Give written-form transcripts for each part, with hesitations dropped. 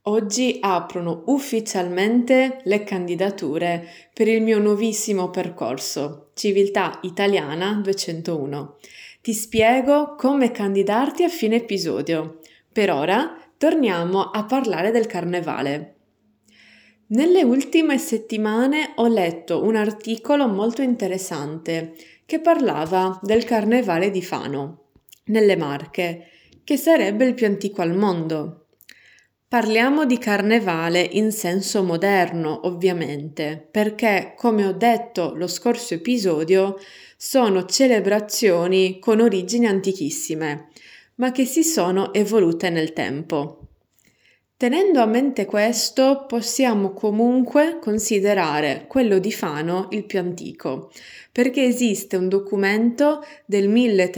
Oggi aprono ufficialmente le candidature per il mio nuovissimo percorso, Civiltà Italiana 201. Ti spiego come candidarti a fine episodio. Per ora torniamo a parlare del carnevale. Nelle ultime settimane ho letto un articolo molto interessante che parlava del carnevale di Fano, nelle Marche, che sarebbe il più antico al mondo. Parliamo di carnevale in senso moderno, ovviamente, perché, come ho detto lo scorso episodio, sono celebrazioni con origini antichissime, ma che si sono evolute nel tempo. Tenendo a mente questo, possiamo comunque considerare quello di Fano il più antico, perché esiste un documento del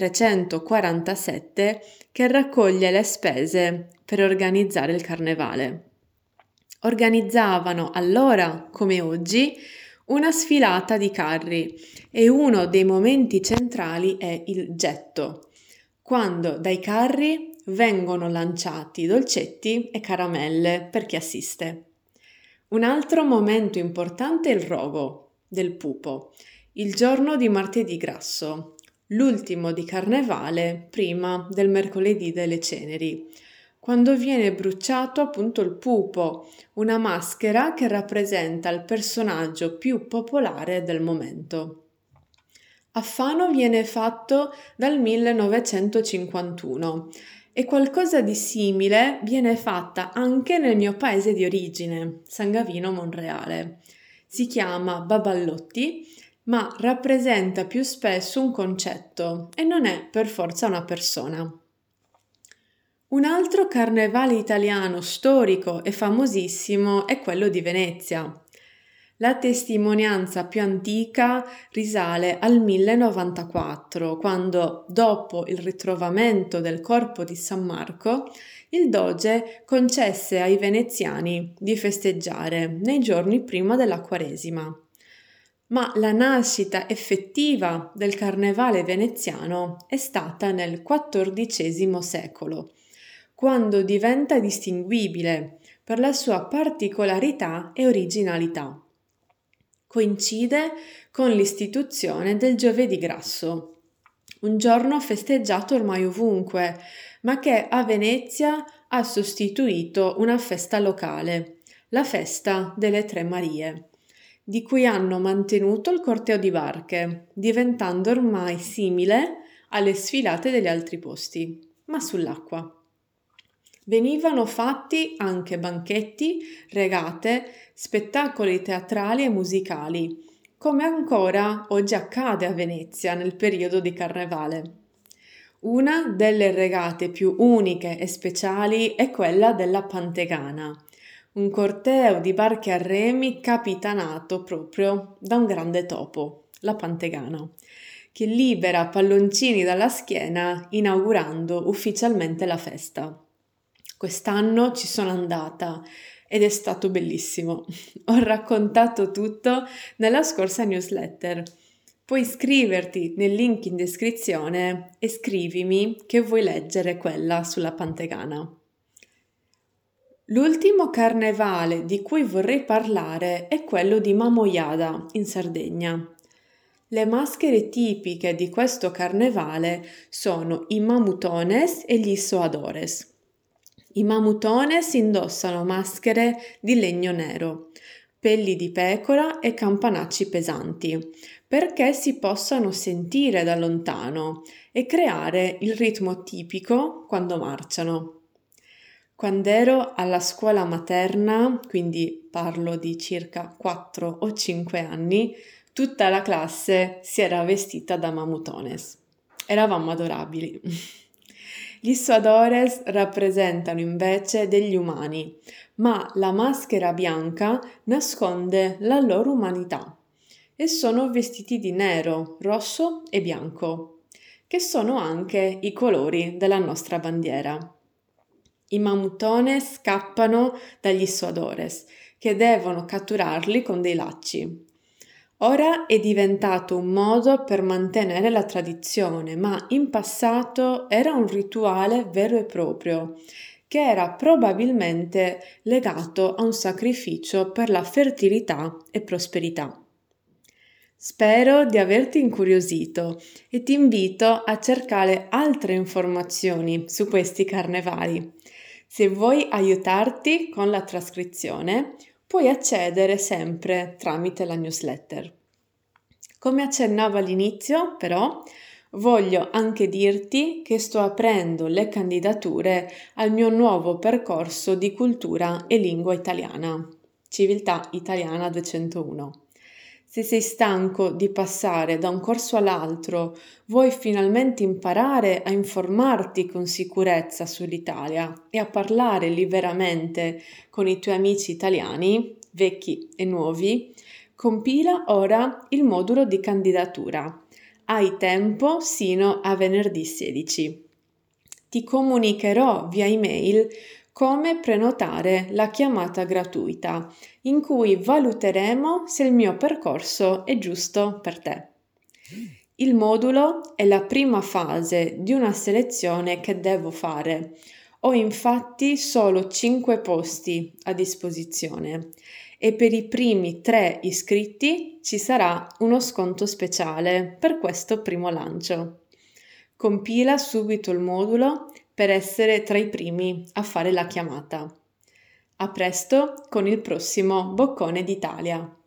1347 che raccoglie le spese per organizzare il carnevale. Organizzavano allora, come oggi, una sfilata di carri e uno dei momenti centrali è il getto, quando dai carri vengono lanciati dolcetti e caramelle per chi assiste. Un altro momento importante è il rogo del pupo, il giorno di martedì grasso, l'ultimo di carnevale prima del mercoledì delle ceneri, quando viene bruciato appunto il pupo, una maschera che rappresenta il personaggio più popolare del momento. A Fano viene fatto dal 1951 e qualcosa di simile viene fatta anche nel mio paese di origine, San Gavino Monreale. Si chiama Baballotti, ma rappresenta più spesso un concetto e non è per forza una persona. Un altro carnevale italiano storico e famosissimo è quello di Venezia. La testimonianza più antica risale al 1094, quando, dopo il ritrovamento del corpo di San Marco, il doge concesse ai veneziani di festeggiare nei giorni prima della Quaresima. Ma la nascita effettiva del carnevale veneziano è stata nel XIV secolo, quando diventa distinguibile per la sua particolarità e originalità. Coincide con l'istituzione del Giovedì Grasso, un giorno festeggiato ormai ovunque, ma che a Venezia ha sostituito una festa locale, la festa delle Tre Marie, di cui hanno mantenuto il corteo di barche, diventando ormai simile alle sfilate degli altri posti, ma sull'acqua. Venivano fatti anche banchetti, regate, spettacoli teatrali e musicali, come ancora oggi accade a Venezia nel periodo di Carnevale. Una delle regate più uniche e speciali è quella della Pantegana, un corteo di barche a remi capitanato proprio da un grande topo, la Pantegana, che libera palloncini dalla schiena inaugurando ufficialmente la festa. Quest'anno ci sono andata ed è stato bellissimo. Ho raccontato tutto nella scorsa newsletter. Puoi iscriverti nel link in descrizione e scrivimi che vuoi leggere quella sulla Pantegana. L'ultimo carnevale di cui vorrei parlare è quello di Mamoiada in Sardegna. Le maschere tipiche di questo carnevale sono i mamutones e gli soadores. I mamutones indossano maschere di legno nero, pelli di pecora e campanacci pesanti, perché si possano sentire da lontano e creare il ritmo tipico quando marciano. Quando ero alla scuola materna, quindi parlo di circa 4 o 5 anni, tutta la classe si era vestita da mamutones. Eravamo adorabili. Gli Suadores rappresentano invece degli umani, ma la maschera bianca nasconde la loro umanità e sono vestiti di nero, rosso e bianco, che sono anche i colori della nostra bandiera. I mamutones scappano dagli Suadores, che devono catturarli con dei lacci. Ora è diventato un modo per mantenere la tradizione, ma in passato era un rituale vero e proprio che era probabilmente legato a un sacrificio per la fertilità e prosperità. Spero di averti incuriosito e ti invito a cercare altre informazioni su questi carnevali. Se vuoi aiutarti con la trascrizione, puoi accedere sempre tramite la newsletter. Come accennavo all'inizio, però, voglio anche dirti che sto aprendo le candidature al mio nuovo percorso di cultura e lingua italiana, Civiltà Italiana 201. Se sei stanco di passare da un corso all'altro, vuoi finalmente imparare a informarti con sicurezza sull'Italia e a parlare liberamente con i tuoi amici italiani, vecchi e nuovi, compila ora il modulo di candidatura. Hai tempo sino a venerdì 16. Ti comunicherò via email come prenotare la chiamata gratuita, in cui valuteremo se il mio percorso è giusto per te. Il modulo è la prima fase di una selezione che devo fare. Ho infatti solo 5 posti a disposizione e per i primi 3 iscritti ci sarà uno sconto speciale per questo primo lancio. Compila subito il modulo per essere tra i primi a fare la chiamata. A presto con il prossimo Boccone d'Italia!